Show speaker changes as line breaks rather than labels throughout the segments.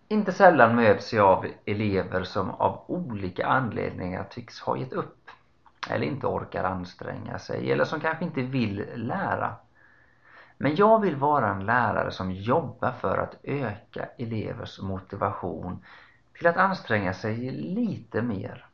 Inte sällan möts jag av elever som av olika anledningar tycks ha gett upp eller inte orkar anstränga sig eller som kanske inte vill lära. Men jag vill vara en lärare som jobbar för att öka elevers motivation till att anstränga sig lite mer.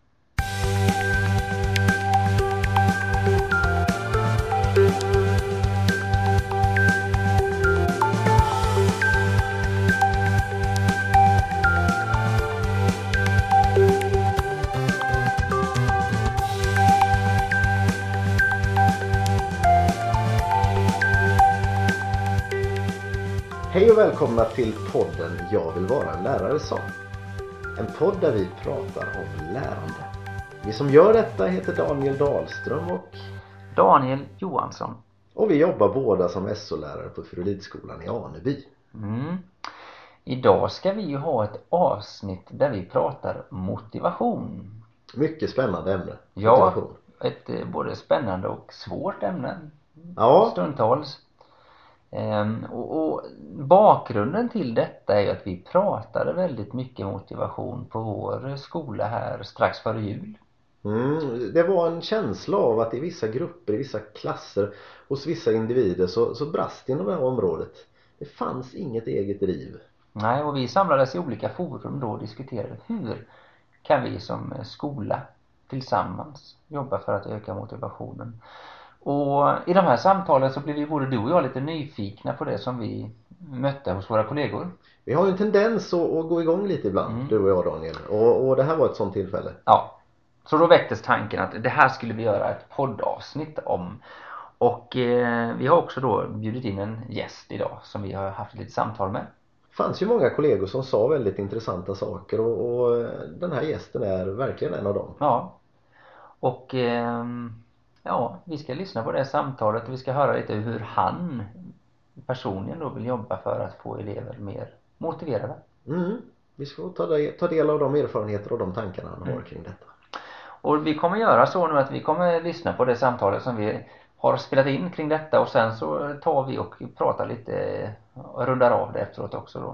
Hej och välkomna till podden Jag vill vara en lärare som. En podd där vi pratar om lärande. Vi som gör detta heter Daniel Dahlström och
Daniel Johansson.
Och vi jobbar båda som SO-lärare på Furulidskolan i Aneby.
Idag ska vi ju ha ett avsnitt där vi pratar motivation.
Mycket spännande ämne.
Ja,
motivation.
ett både spännande och svårt ämne.
Ja.
Stundtals. Och bakgrunden till detta är att vi pratade väldigt mycket motivation på vår skola här strax före jul.
Det var en känsla av att i vissa grupper, i vissa klasser, hos vissa individer så brast inom det här området. Det fanns inget eget driv.
Nej, och vi samlades i olika forum då och diskuterade hur kan vi som skola tillsammans jobba för att öka motivationen. Och i de här samtalen så blev vi både du och jag lite nyfikna på det som vi mötte hos våra kollegor.
Vi har ju en tendens att gå igång lite ibland, du och jag Daniel. Och det här var ett sånt tillfälle.
Ja, så då väcktes tanken att det här skulle vi göra ett poddavsnitt om. Och vi har också då bjudit in en gäst idag som vi har haft lite samtal med.
Det fanns ju många kollegor som sa väldigt intressanta saker och den här gästen är verkligen en av dem.
Ja, och vi ska lyssna på det samtalet och vi ska höra lite hur han personligen då vill jobba för att få elever mer motiverade.
Vi ska ta del av de erfarenheter och de tankarna han har kring detta.
Och vi kommer göra så nu att vi kommer lyssna på det samtalet som vi har spelat in kring detta och sen så tar vi och pratar lite och rundar av det efteråt också då.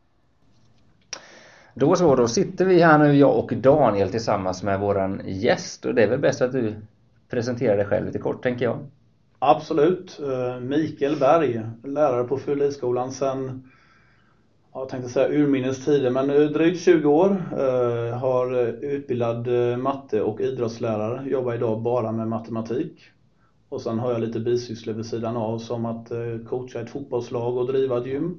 Då sitter vi här nu, jag och Daniel tillsammans med våran gäst och det är väl bäst att du presenterar dig själv lite kort, tänker jag.
Absolut. Mikael Berg, lärare på Furulidskolan sedan, jag tänkte säga urminnes tider, men drygt 20 år. Har utbildad matte- och idrottslärare, jobbar idag bara med matematik. Och sen har jag lite bisysslor vid sidan av som att coacha ett fotbollslag och driva ett gym.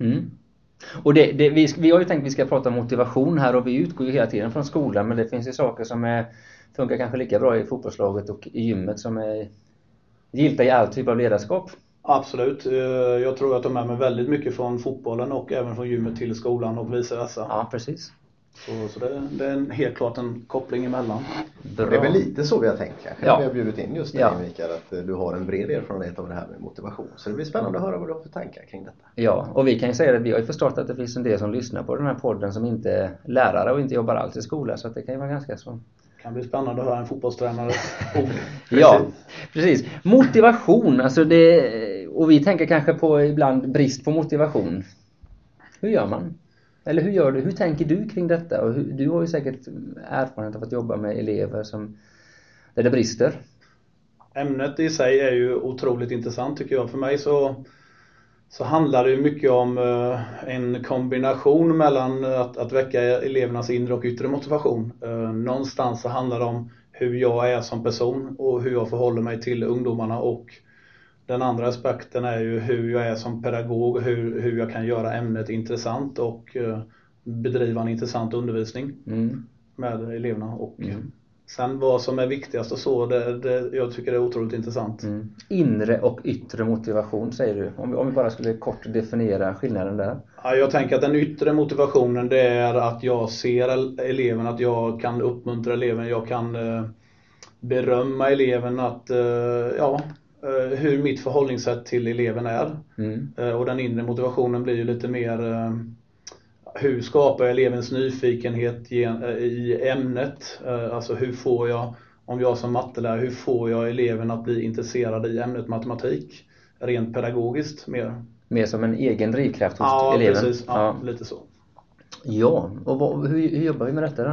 Och vi har ju tänkt att vi ska prata motivation här och vi utgår ju hela tiden från skolan, men det finns ju saker som funkar kanske lika bra i fotbollslaget och i gymmet som är gilta i all typ av ledarskap.
Absolut. Jag tror att de är med väldigt mycket från fotbollen och även från gymmet till skolan och vice versa.
Ja, precis.
Så det är helt klart en koppling emellan.
Bra. Det är väl lite så vi har tänkt kanske.
Ja.
Vi har bjudit in just dig Mikael, att du har en bred erfarenhet av det här med motivation. Så det blir spännande att höra vad du har för tankar kring detta.
Ja, och vi kan ju säga att vi har ju förstått att det finns en del som lyssnar på den här podden som inte är lärare och inte jobbar alls i skolan. Så att det kan ju vara ganska så.
Det kan bli spännande att höra en fotbollstränare.
Ja, precis. Motivation, alltså och vi tänker kanske på ibland brist på motivation. Hur gör man? Eller hur gör du? Hur tänker du kring detta? Och du har ju säkert erfarenhet av att jobba med elever där det brister.
Ämnet i sig är ju otroligt intressant tycker jag. För mig så handlar det ju mycket om en kombination mellan att väcka elevernas inre och yttre motivation. Någonstans så handlar det om hur jag är som person och hur jag förhåller mig till ungdomarna, och den andra aspekten är ju hur jag är som pedagog, hur jag kan göra ämnet intressant och bedriva en intressant undervisning med eleverna. Och sen vad som är viktigast och så, jag tycker det är otroligt intressant.
Inre och yttre motivation säger du. Om vi bara skulle kort definiera skillnaden där.
Ja, jag tänker att den yttre motivationen, det är att jag ser eleven, att jag kan uppmuntra eleven, jag kan berömma eleven, att hur mitt förhållningssätt till eleven är. Och den inre motivationen blir ju lite mer hur skapar jag elevens nyfikenhet i ämnet? Alltså hur får jag, om jag som mattelärare, hur får jag eleven att bli intresserad i ämnet matematik? Rent pedagogiskt mer.
Mer som en egen drivkraft hos eleven.
Precis. Ja, lite så.
Ja, och hur jobbar vi med detta då?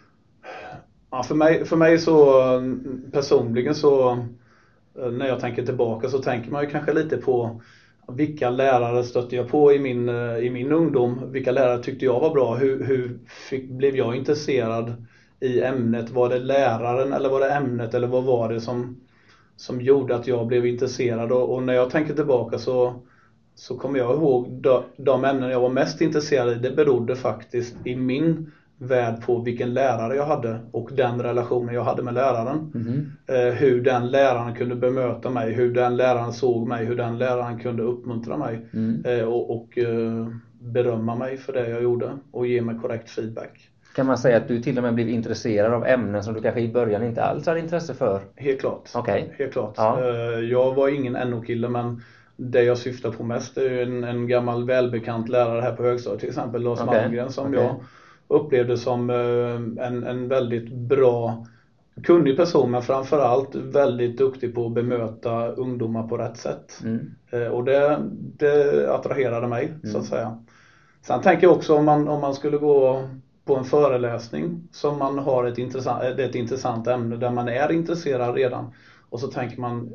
Ja, för mig så personligen så när jag tänker tillbaka så tänker man ju kanske lite på vilka lärare stötte jag på i min ungdom. Vilka lärare tyckte jag var bra? Hur blev jag intresserad i ämnet? Var det läraren eller var det ämnet eller vad var det som gjorde att jag blev intresserad? Och när jag tänker tillbaka så kommer jag ihåg de ämnen jag var mest intresserad i. Det berodde faktiskt i min värld på vilken lärare jag hade och den relationen jag hade med läraren. Hur den läraren kunde bemöta mig, hur den läraren såg mig, hur den läraren kunde uppmuntra mig och berömma mig för det jag gjorde och ge mig korrekt feedback.
Kan man säga att du till och med blev intresserad av ämnen som du kanske i början inte alls hade intresse för?
Helt klart.
Okej.
Helt klart.
Ja.
Jag var ingen NO-kille, men det jag syftar på mest är ju en gammal välbekant lärare här på högstadiet, till exempel Lars Malmgren, som jag upplevde som en väldigt bra, kunnig person, men framförallt väldigt duktig på att bemöta ungdomar på rätt sätt. Och det attraherade mig så att säga. Sen tänker jag också om man skulle gå på en föreläsning som man har ett intressant ämne där man är intresserad redan, och så tänker man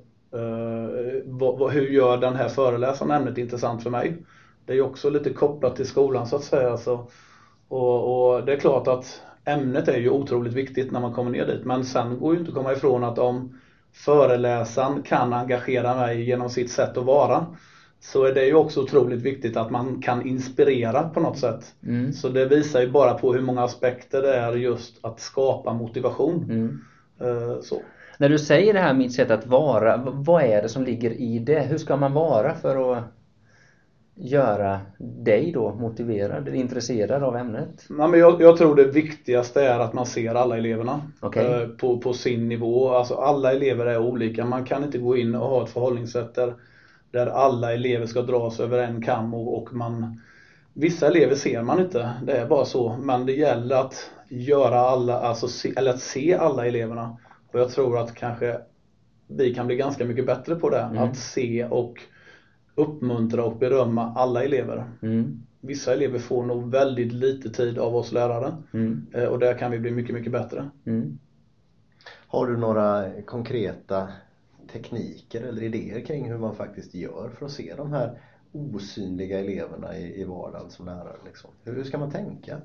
hur gör den här föreläsaren ämnet intressant för mig? Det är ju också lite kopplat till skolan så att säga. Och det är klart att ämnet är ju otroligt viktigt när man kommer ner dit. Men sen går ju inte att komma ifrån att om föreläsaren kan engagera mig genom sitt sätt att vara, så är det ju också otroligt viktigt att man kan inspirera på något sätt. Så det visar ju bara på hur många aspekter det är just att skapa motivation. Så.
När du säger det här mitt sätt att vara, vad är det som ligger i det? Hur ska man vara för att göra dig då motiverad eller intresserad av ämnet?
Ja, men jag tror det viktigaste är att man ser alla eleverna på sin nivå. Alltså alla elever är olika. Man kan inte gå in och ha ett förhållningssätt där alla elever ska dras över en kam och vissa elever ser man inte, det är bara så. Men det gäller att göra alla, eller att se alla eleverna. Och jag tror att kanske vi kan bli ganska mycket bättre på det. Att se och uppmuntra och berömma alla elever. Vissa elever får nog väldigt lite tid av oss lärare. Och där kan vi bli mycket, mycket bättre.
Har du några konkreta tekniker eller idéer kring hur man faktiskt gör för att se de här osynliga eleverna i vardagen som lärare? Liksom? Hur ska man tänka?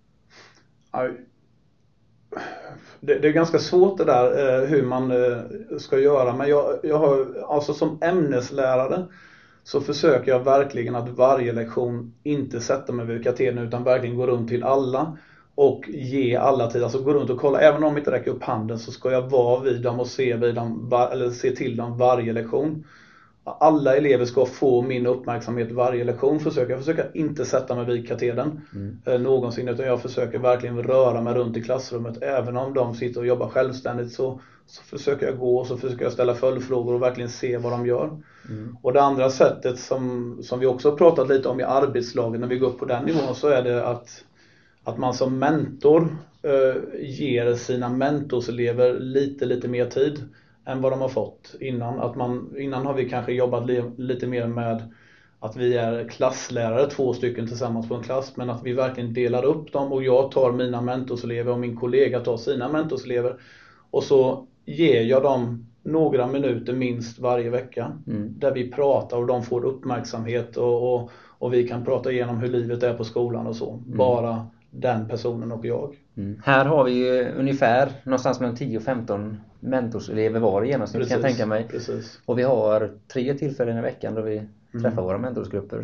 Det är ganska svårt det där hur man ska göra. Men jag har, alltså som ämneslärare så försöker jag verkligen att varje lektion inte sätta mig vid katedern utan verkligen gå runt till alla och ge alla tid. Alltså gå runt och kolla, även om jag inte räcker upp handen så ska jag vara vid dem och se till dem varje lektion. Alla elever ska få min uppmärksamhet varje lektion. Jag försöker inte sätta mig vid katedern någonsin, utan jag försöker verkligen röra mig runt i klassrummet. Även om de sitter och jobbar självständigt så försöker jag gå och så försöker jag ställa följdfrågor och verkligen se vad de gör. Och det andra sättet som vi också har pratat lite om i arbetslagen när vi går upp på den nivån, så är det att man som mentor ger sina mentorselever lite mer tid än vad de har fått innan. Innan har vi kanske jobbat lite mer med att vi är klasslärare, 2 stycken tillsammans på en klass, men att vi verkligen delar upp dem och jag tar mina mentorselever och min kollega tar sina mentorselever och så ger jag dem några minuter minst varje vecka där vi pratar och de får uppmärksamhet och vi kan prata igenom hur livet är på skolan och så. Bara den personen och jag.
Här har vi ju ungefär någonstans mellan 10 och 15 mentorselever var i genomsnitt, kan jag tänka mig.
Precis.
Och vi har 3 tillfällen i veckan då vi träffar våra mentorsgrupper.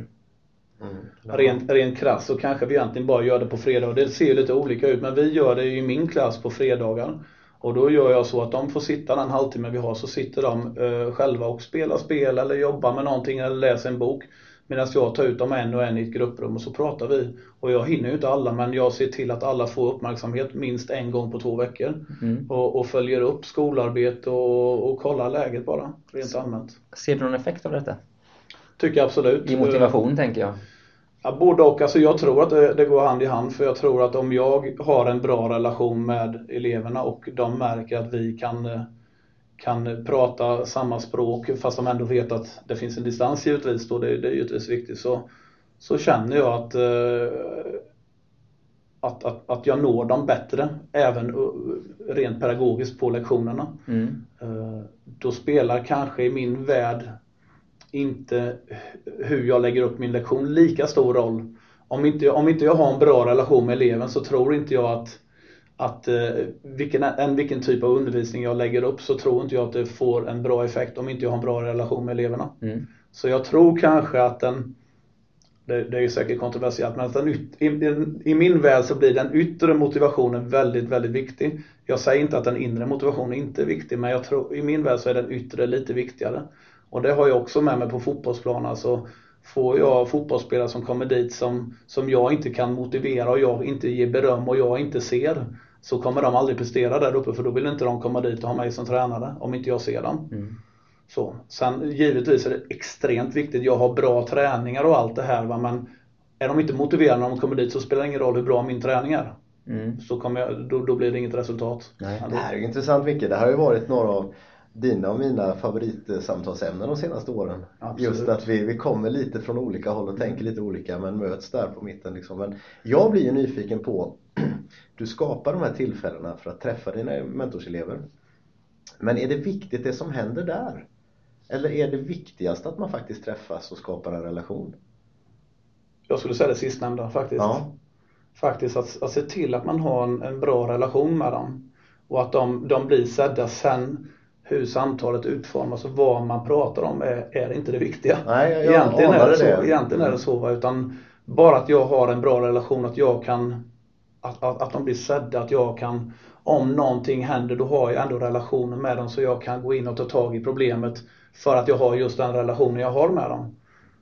Rent krass så kanske vi egentligen bara gör det på fredag. Det ser ju lite olika ut, men vi gör det i min klass på fredagar. Och då gör jag så att de får sitta den halvtimme vi har, så sitter de själva och spelar spel eller jobbar med någonting eller läser en bok. Medan jag tar ut dem en och en i ett grupprum och så pratar vi. Och jag hinner ju inte alla, men jag ser till att alla får uppmärksamhet minst en gång på 2 veckor. Och följer upp skolarbete och kollar läget bara, rent allmänt.
Ser du någon effekt av detta?
Tycker jag absolut.
I motivation tänker jag.
Ja, både och. Alltså jag tror att det går hand i hand. För jag tror att om jag har en bra relation med eleverna och de märker att vi kan prata samma språk fast de ändå vet att det finns en distans givetvis då, det är givetvis viktigt, så känner jag att att jag når dem bättre även rent pedagogiskt på lektionerna. Då spelar kanske i min värld inte hur jag lägger upp min lektion lika stor roll. Om inte jag har en bra relation med eleven, så tror inte jag att vilken typ av undervisning jag lägger upp, så tror inte jag att det får en bra effekt om inte jag har en bra relation med eleverna. Så jag tror kanske att det är ju säkert kontroversiellt, men att i min värld så blir den yttre motivationen väldigt, väldigt viktig. Jag säger inte att den inre motivationen inte är viktig, men jag tror i min värld så är den yttre lite viktigare. Och det har jag också med mig på fotbollsplanen. Alltså, får jag fotbollsspelare som kommer dit som jag inte kan motivera, och jag inte ger beröm och jag inte ser, så kommer de aldrig prestera där uppe, för då vill inte de komma dit och ha mig som tränare om inte jag ser dem. Så. Sen givetvis är det extremt viktigt. Jag har bra träningar och allt det här, va? Men är de inte motiverade när de kommer dit, så spelar det ingen roll hur bra min träning är. Så då blir det inget resultat.
Nej. Det här är intressant, Micke. Det här har ju varit några av dina och mina favoritsamtalsämnen de senaste åren. Absolut. Just att vi kommer lite från olika håll och tänker lite olika, men möts där på mitten liksom. Men jag blir ju nyfiken på, du skapar de här tillfällena för att träffa dina mentorselever. Men är det viktigt det som händer där? Eller är det viktigast att man faktiskt träffas och skapar en relation?
Jag skulle säga det sistnämnda faktiskt. Ja. Faktiskt att se till att man har en bra relation med dem. Och att de blir sedda. Sen hur samtalet utformas och vad man pratar om är inte det viktiga.
Nej,
Egentligen är det så. Utan bara att jag har en bra relation, att jag kan, att de blir sedda, att jag kan, om någonting händer, då har jag ändå relationen med dem, så jag kan gå in och ta tag i problemet för att jag har just den relationen jag har med dem.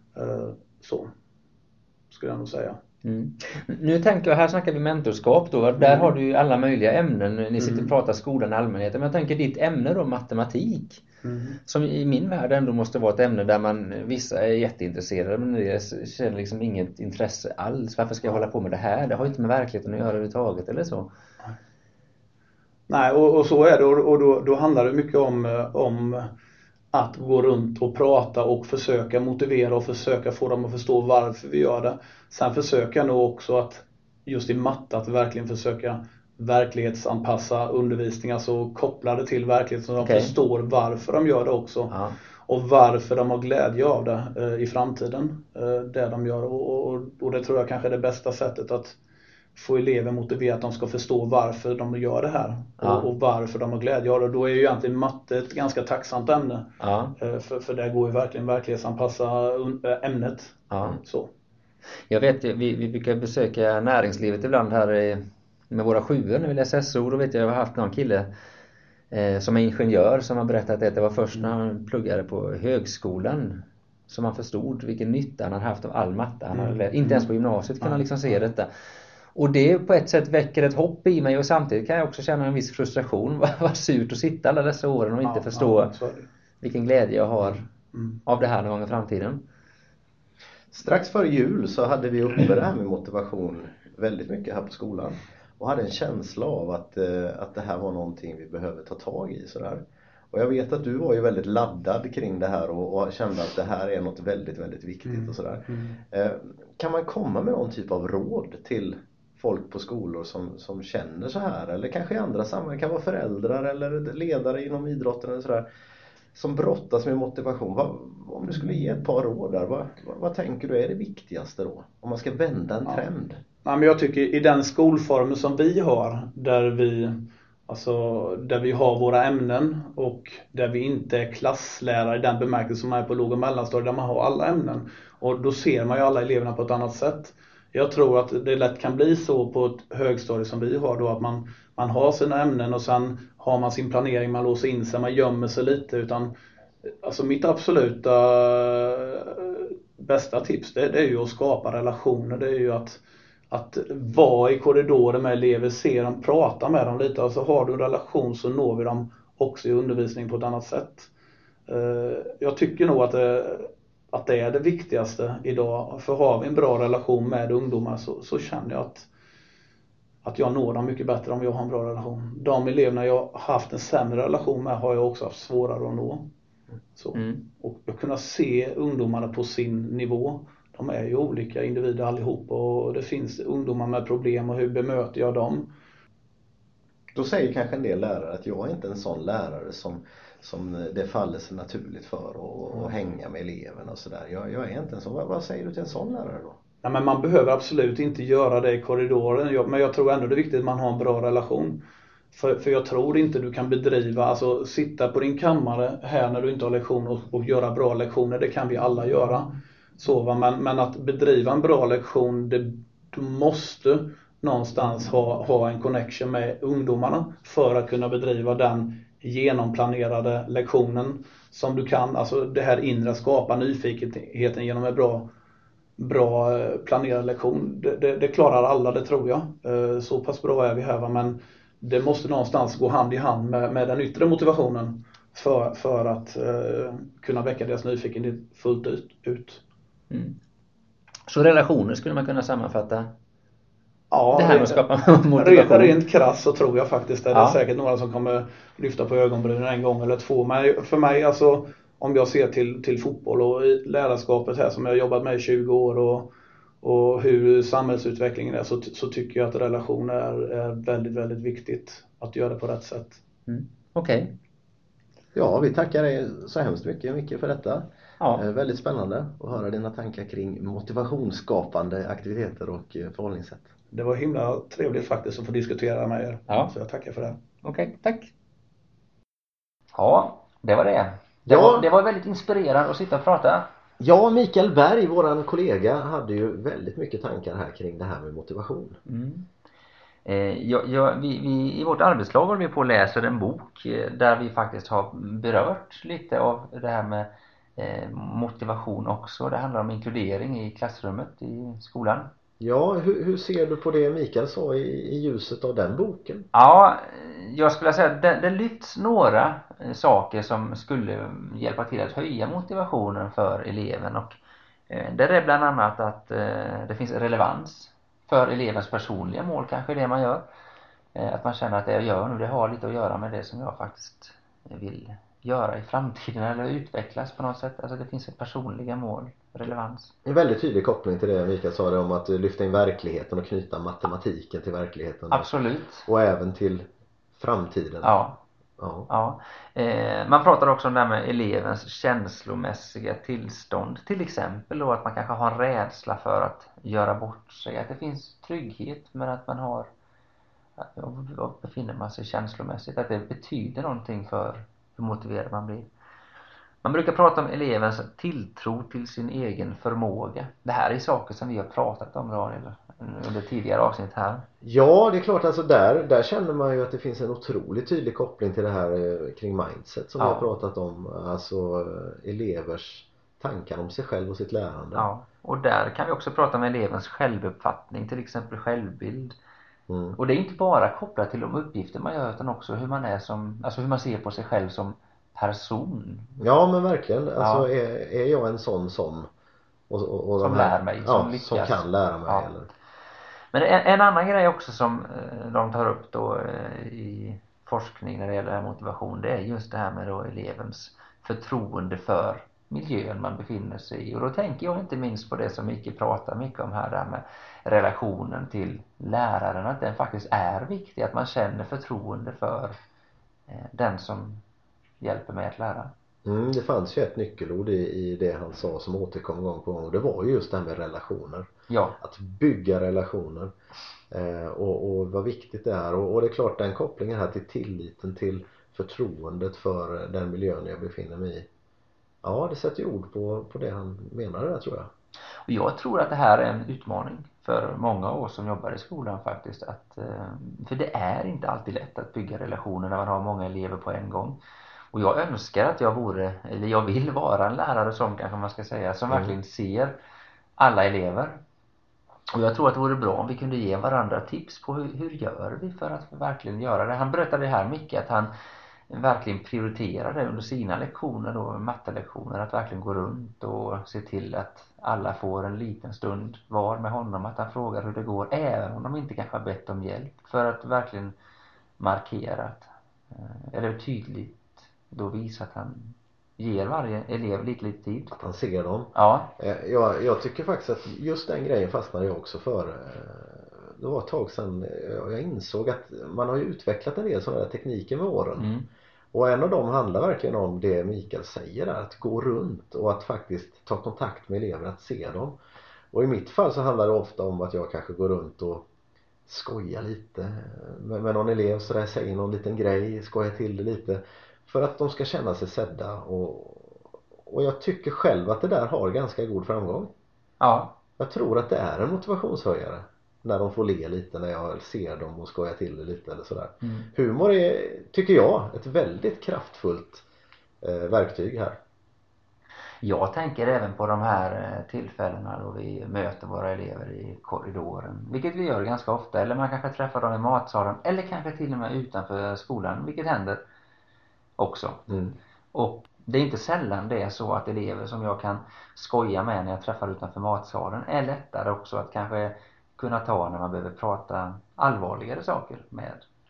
Så skulle jag nog säga.
Nu tänker jag, här snackar vi mentorskap då. Där har du ju alla möjliga ämnen. Ni sitter och pratar skolan i allmänhet. Men jag tänker ditt ämne då, matematik. Som i min värld ändå måste vara ett ämne där vissa är jätteintresserade, men jag känner liksom inget intresse alls. Varför ska jag hålla på med det här? Det har ju inte med verkligheten att göra överhuvudtaget eller så.
Nej, och så är det. Och då handlar det mycket om att gå runt och prata och försöka motivera och försöka få dem att förstå varför vi gör det. Sen försöker jag nog också att just i matte att verkligen försöka verklighetsanpassa undervisning, alltså koppla det till verkligheten, så de förstår varför de gör det också. Ja. Och varför de har glädje av det i framtiden, det de gör. Och det tror jag kanske är det bästa sättet att få elever motiverade, att de ska förstå varför de gör det här. Ja. Och varför de har glädje av det. Då är ju egentligen matte ett ganska tacksamt ämne. Ja. För det går ju verkligen verklighetsanpassa ämnet. Ja. Så.
Jag vet, vi brukar besöka näringslivet ibland här med våra 7:or när vi läser SO. Då vet jag har haft någon kille som är ingenjör som har berättat att det var först när han pluggade på högskolan som han förstod vilken nytta han hade haft av all matte. Han hade inte ens på gymnasiet kunde han liksom se detta. Och det på ett sätt väcker ett hopp i mig, och samtidigt kan jag också känna en viss frustration. Vad surt att sitta alla dessa åren och inte förstå vilken glädje jag har av det här någon gång i framtiden.
Strax före jul så hade vi uppe det här med motivation väldigt mycket här på skolan. Och hade en känsla av att det här var någonting vi behöver ta tag i sådär. Och jag vet att du var ju väldigt laddad kring det här och kände att det här är något väldigt, väldigt viktigt och sådär. Kan man komma med någon typ av råd till folk på skolor som känner så här, eller kanske i andra sammanhang, kan vara föräldrar eller ledare inom idrotten eller sådär, som brottas med motivation? Om du skulle ge ett par råd där, vad tänker du är det viktigaste då? Om man ska vända en trend?
Ja, men jag tycker i den skolformen som vi har, där vi har våra ämnen och där vi inte är klasslärare i den bemärkelse som är på låg- och mellanstadiet, där man har alla ämnen. Och då ser man ju alla eleverna på ett annat sätt. Jag tror att det lätt kan bli så på ett högstadie som vi har då, att man har sina ämnen och sen har man sin planering, man låser in sig, man gömmer sig lite. Utan alltså mitt absoluta bästa tips, det är ju att skapa relationer. Det är ju att vara i korridoren med elever, se dem, prata med dem lite. Alltså har du en relation så når vi dem också i undervisning på ett annat sätt. Jag tycker nog att det är det viktigaste idag. För har vi en bra relation med ungdomar så känner jag att jag når dem mycket bättre om jag har en bra relation. De eleverna jag har haft en sämre relation med har jag också haft svårare att nå. Så. Och att kunna se ungdomarna på sin nivå, de är ju olika individer allihop och det finns ungdomar med problem och hur bemöter jag dem?
Då säger kanske en del lärare att jag är inte en sån lärare som det faller sig naturligt för att hänga med eleverna och sådär. Jag är inte en sån. Vad säger du till en sån lärare då?
Ja, men man behöver absolut inte göra det i korridoren. Men jag tror ändå det är viktigt att man har en bra relation. För jag tror inte du kan bedriva, alltså sitta på din kammare här när du inte har lektion och göra bra lektioner. Det kan vi alla göra. Men att bedriva en bra lektion, du måste någonstans ha en connection med ungdomarna för att kunna bedriva den genomplanerade lektionen som du kan. Alltså det här inre, skapa nyfikenheten genom en bra planerad lektion. Det klarar alla, det tror jag. Så pass bra är vi här, men det måste någonstans gå hand i hand med den yttre motivationen för att kunna väcka deras nyfikenhet fullt ut.
Mm. Så relationer skulle man kunna sammanfatta?
Ja,
det här med att skapa motivation.
Rent krass så tror jag faktiskt det är säkert några som kommer lyfta på ögonbrynen en gång eller två. Men för mig, alltså, om jag ser till fotboll och i lärarskapet här som jag har jobbat med i 20 år och hur samhällsutvecklingen är, så tycker jag att relationer är väldigt, väldigt viktigt att göra det på rätt sätt.
Okej.
Ja, vi tackar dig så hemskt mycket för detta.
Ja.
Väldigt spännande att höra dina tankar kring motivationsskapande aktiviteter och förhållningssätt.
Det var himla trevligt faktiskt att få diskutera med er.
Ja.
Så jag tackar för det.
Okej, tack. Ja, det var det. Det var väldigt inspirerande att sitta och prata.
Ja, Mikael Berg, våran kollega, hade ju väldigt mycket tankar här kring det här med motivation.
Vi i vårt arbetslag håller vi på och läser en bok där vi faktiskt har berört lite av det här med motivation också. Det handlar om inkludering i klassrummet i skolan.
Ja, hur ser du på det Mikael sa i ljuset av den boken?
Ja, jag skulle säga att det lyfts några saker som skulle hjälpa till att höja motivationen för eleven. Och det är bland annat att det finns relevans för elevens personliga mål, kanske det man gör. Att man känner att det jag gör nu, det har lite att göra med det som jag faktiskt vill göra i framtiden eller utvecklas på något sätt. Alltså det finns ett personliga mål, relevans.
En väldigt tydlig koppling till det Mikael sa, det om att lyfta in verkligheten och knyta matematiken till verkligheten.
Absolut.
Och även till framtiden.
Ja. Man pratar också om det här med elevens känslomässiga tillstånd. Till exempel då att man kanske har en rädsla för att göra bort sig. Att det finns trygghet med att man har, var befinner man sig känslomässigt. Att det betyder någonting för hur motiverad man blir. Man brukar prata om elevens tilltro till sin egen förmåga. Det här är saker som vi har pratat om under tidigare avsnitt här.
Ja, det är klart, alltså där känner man ju att det finns en otroligt tydlig koppling till det här kring mindset som vi har pratat om. Alltså elevers tankar om sig själv och sitt lärande.
Ja, och där kan vi också prata om elevens självuppfattning, till exempel självbild. Och det är inte bara kopplat till de uppgifter man gör utan också hur man är alltså hur man ser på sig själv som person.
Ja, men verkligen. Alltså är jag en sån som
lär mig, som lyckas.
Som kan lära mig. Eller?
Men en annan grej också som de tar upp då i forskning när det gäller motivation, det är just det här med då elevens förtroende för miljön man befinner sig i. Och då tänker jag inte minst på det som Micke pratar mycket om här, där med relationen till läraren, att den faktiskt är viktig, att man känner förtroende för den som hjälper mig att lära.
Det fanns ju ett nyckelord i det han sa som återkom gång på gång, och det var ju just det här med relationer.
Ja.
Att bygga relationer och vad viktigt det är, och det är klart den kopplingen här till tilliten till förtroendet för den miljön jag befinner mig i. Ja, det sätter ju ord på det han menade där, tror jag.
Och jag tror att det här är en utmaning för många av oss som jobbar i skolan faktiskt. För det är inte alltid lätt att bygga relationer när man har många elever på en gång. Och jag önskar att jag vill vara en lärare som, kanske man ska säga, som verkligen ser alla elever. Och jag tror att det vore bra om vi kunde ge varandra tips på hur gör vi för att verkligen göra det. Han berättade här mycket att han verkligen prioriterade under sina lektioner då, mattelektioner, att verkligen gå runt och se till att alla får en liten stund var med honom, att han frågar hur det går, även om de inte kanske har bett om hjälp, för att verkligen markera eller tydligt då visa att han ger varje elev lite tid.
Att han ser dem.
Ja.
Jag tycker faktiskt att just den grejen fastnade jag också för. Det var ett tag sedan jag insåg att man har ju utvecklat en del sådana där tekniker med åren. Och en av dem handlar verkligen om det Mikael säger där, att gå runt och att faktiskt ta kontakt med elever, att se dem. Och i mitt fall så handlar det ofta om att jag kanske går runt och skojar lite med någon elev, så där säger någon liten grej, skojar till det lite för att de ska känna sig sedda, och jag tycker själv att det där har ganska god framgång.
Ja.
Jag tror att det är en motivationshöjare när de får le lite när jag ser dem och skojar till det lite eller sådär. Humor är, tycker jag, ett väldigt kraftfullt verktyg här.
Jag tänker även på de här tillfällena då vi möter våra elever i korridoren, vilket vi gör ganska ofta, eller man kanske träffar dem i matsalen eller kanske till och med utanför skolan, vilket händer också. Och det är inte sällan det är så att elever som jag kan skoja med när jag träffar utanför matsalen är lättare också att kanske kunna ta när man behöver prata allvarligare saker med.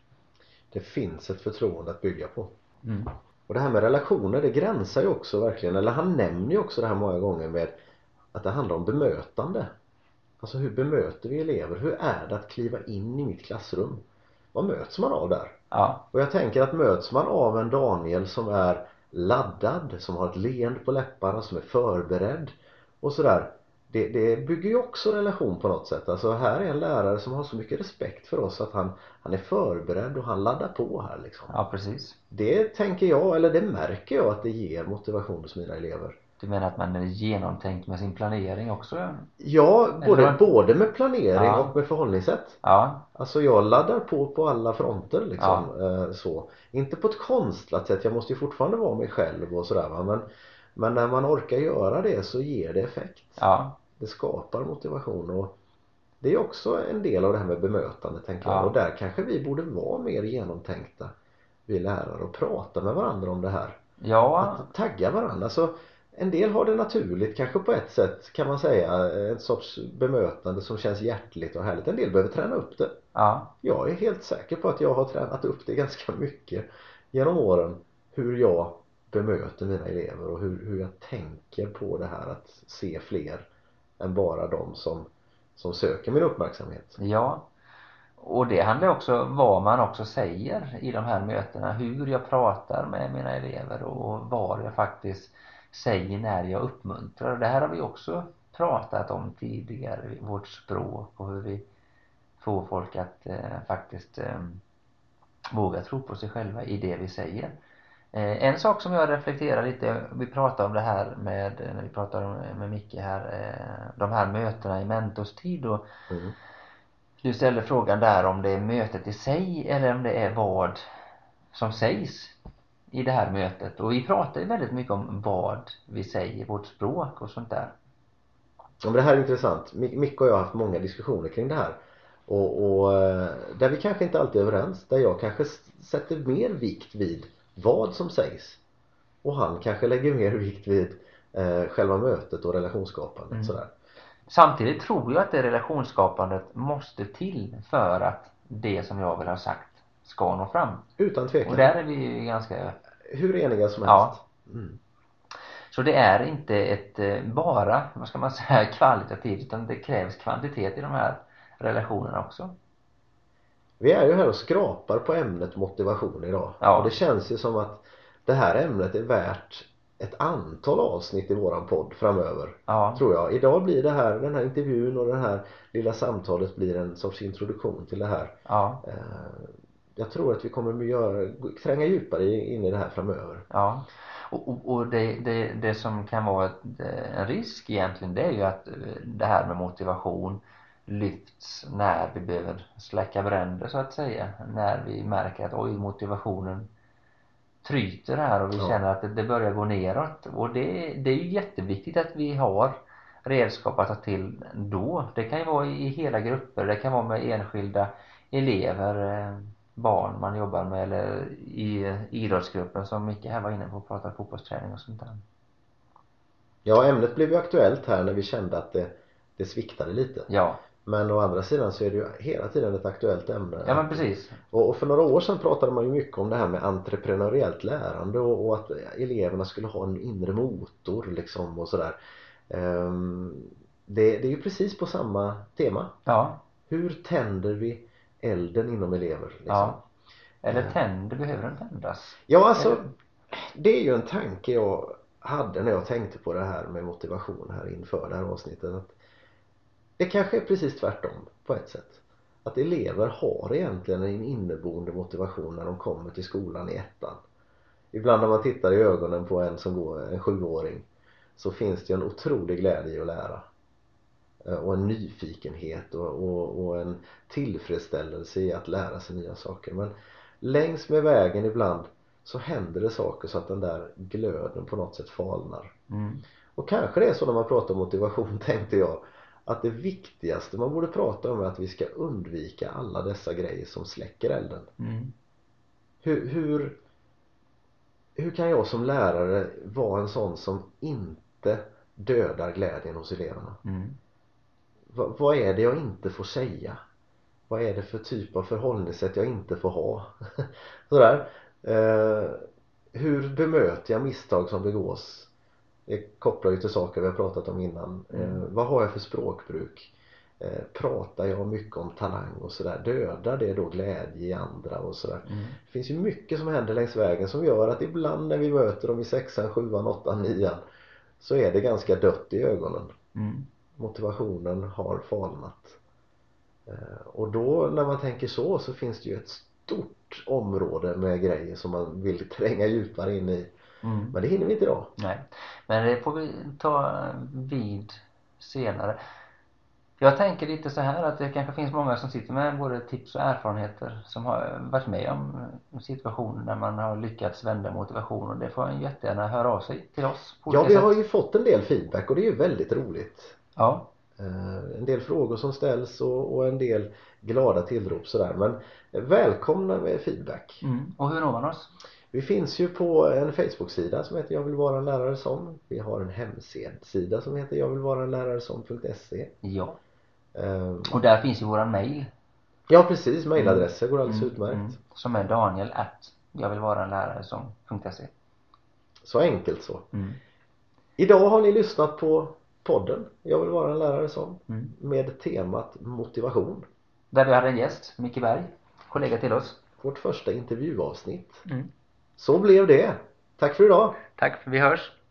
Det finns ett förtroende att bygga på. Och det här med relationer, det gränsar ju också verkligen, eller han nämner ju också det här många gånger med att det handlar om bemötande. Alltså hur bemöter vi elever? Hur är det att kliva in i mitt klassrum? Vad möts man av där?
Ja.
Och jag tänker att möts man av en Daniel som är laddad, som har ett leende på läpparna, som är förberedd och sådär, det bygger ju också relation på något sätt. Alltså här är en lärare som har så mycket respekt för oss att han är förberedd och han laddar på här liksom.
Ja, precis.
Det tänker jag, eller det märker jag att det ger motivation hos mina elever.
Du menar att man är genomtänkt med sin planering också?
Ja, både med planering och med förhållningssätt.
Ja.
Alltså jag laddar på alla fronter liksom. Så. Inte på ett konstlat sätt, jag måste ju fortfarande vara mig själv och sådär va? Men när man orkar göra det så ger det effekt.
Ja.
Det skapar motivation, och det är också en del av det här med bemötande tänker jag. Och där kanske vi borde vara mer genomtänkta, vi lärare, och prata med varandra om det här.
Ja.
Att tagga varandra. Alltså, en del har det naturligt kanske på ett sätt kan man säga, en sorts bemötande som känns hjärtligt och härligt. En del behöver träna upp det.
Ja.
Jag är helt säker på att jag har tränat upp det ganska mycket genom åren, hur jag bemöter mina elever och hur jag tänker på det här att se fler än bara de som söker min uppmärksamhet.
Ja, och det handlar också om vad man också säger i de här mötena, hur jag pratar med mina elever och vad jag faktiskt säger när jag uppmuntrar. Det här har vi också pratat om tidigare, vårt språk och hur vi får folk att faktiskt våga tro på sig själva i det vi säger. En sak som jag reflekterar lite, vi pratar om det här när vi pratar med Micke här, de här mötena i mentorstid, och du ställde frågan där om det är mötet i sig eller om det är vad som sägs i det här mötet, och vi pratar ju väldigt mycket om vad vi säger, vårt språk och sånt där.
Ja, men det här är intressant. Micke och jag har haft många diskussioner kring det här. Och där vi kanske inte alltid är överens. Där jag kanske sätter mer vikt vid vad som sägs. Och han kanske lägger mer vikt vid själva mötet och relationsskapandet. Sådär.
Samtidigt tror jag att det relationsskapandet måste till för att det som jag vill ha sagt ska nå fram.
Utan tvekan.
Och där är vi ju ganska...
Hur eniga som helst.
Ja. Så det är inte ett bara, vad ska man säga, kvalitativt, utan det krävs kvantitet i de här relationerna också.
Vi är ju här och skrapar på ämnet motivation idag.
Ja.
Och det känns ju som att det här ämnet är värt ett antal avsnitt i våran podd framöver.
Ja.
Tror jag. Idag blir det här, den här intervjun och det här lilla samtalet blir en sorts introduktion till det här.
Ja.
Jag tror att vi kommer tränga djupare in i det här framöver.
Ja. Och det som kan vara en risk egentligen, det är ju att det här med motivation lyfts när vi behöver släcka bränder så att säga. När vi märker att motivationen tryter här och vi känner att det börjar gå neråt. Och det är ju jätteviktigt att vi har redskap att ta till då. Det kan ju vara i hela grupper, det kan vara med enskilda elever, barn man jobbar med, eller i idrottsgruppen som Micke här var inne på och pratade fotbollsträning och sånt där.
Ja, ämnet blev ju aktuellt här när vi kände att det sviktade lite.
Ja.
Men å andra sidan så är det ju hela tiden ett aktuellt ämne.
Ja, men precis.
Och för några år sedan pratade man ju mycket om det här med entreprenöriellt lärande och att eleverna skulle ha en inre motor liksom och sådär. Det är ju precis på samma tema.
Ja.
Hur tänder vi elden inom elever? Liksom?
Ja. Eller behöver den tändas?
Ja, alltså det är ju en tanke jag hade när jag tänkte på det här med motivation här inför det här avsnittet. Att det kanske är precis tvärtom på ett sätt. Att elever har egentligen en inneboende motivation när de kommer till skolan i ettan. Ibland när man tittar i ögonen på en som går, en 7-åring, så finns det en otrolig glädje i att lära. Och en nyfikenhet och en tillfredsställelse i att lära sig nya saker. Men längs med vägen ibland så händer det saker så att den där glöden på något sätt falnar. Och kanske det är så när man pratar om motivation, tänkte jag, att det viktigaste man borde prata om är att vi ska undvika alla dessa grejer som släcker elden. Hur kan jag som lärare vara en sån som inte dödar glädjen hos eleverna? Vad är det jag inte får säga? Vad är det för typ av förhållningssätt jag inte får ha? Sådär. Hur bemöter jag misstag som begås? Det kopplar ju till saker vi har pratat om innan. Vad har jag för språkbruk? Pratar jag mycket om talang och sådär? Dödar det då glädje i andra och sådär? Det finns ju mycket som händer längs vägen som gör att ibland när vi möter dem i 6an, 7an, 8an, 9an så är det ganska dött i ögonen. Motivationen har falnat. Och då när man tänker så finns det ju ett stort område med grejer som man vill tränga djupare in i. Men det hinner vi inte idag.
Nej, men det får vi ta vid senare. Jag tänker lite så här att det kanske finns många som sitter med både tips och erfarenheter som har varit med om situationer när man har lyckats vända motivation, och det får man jättegärna höra av sig till oss.
Ja, vi har ju fått en del feedback och det är ju väldigt roligt.
Ja.
En del frågor som ställs och en del glada tillrop sådär. Men välkomna med feedback.
Och hur når man oss?
Vi finns ju på en Facebook-sida som heter Jag vill vara en lärare som. Vi har en hemsida som heter jag vill vara en lärare som.se.
Ja. Och där finns ju våran mail.
Ja, precis. Mailadresser går alldeles utmärkt.
Som är daniel@jagvillvaraenläraresom.se.
Så enkelt så. Idag har ni lyssnat på podden Jag vill vara en lärare som med temat motivation.
Där vi hade en gäst, Micke Berg, kollega till oss.
Vårt första intervjuavsnitt. Så blev det. Tack för idag.
Tack, vi hörs.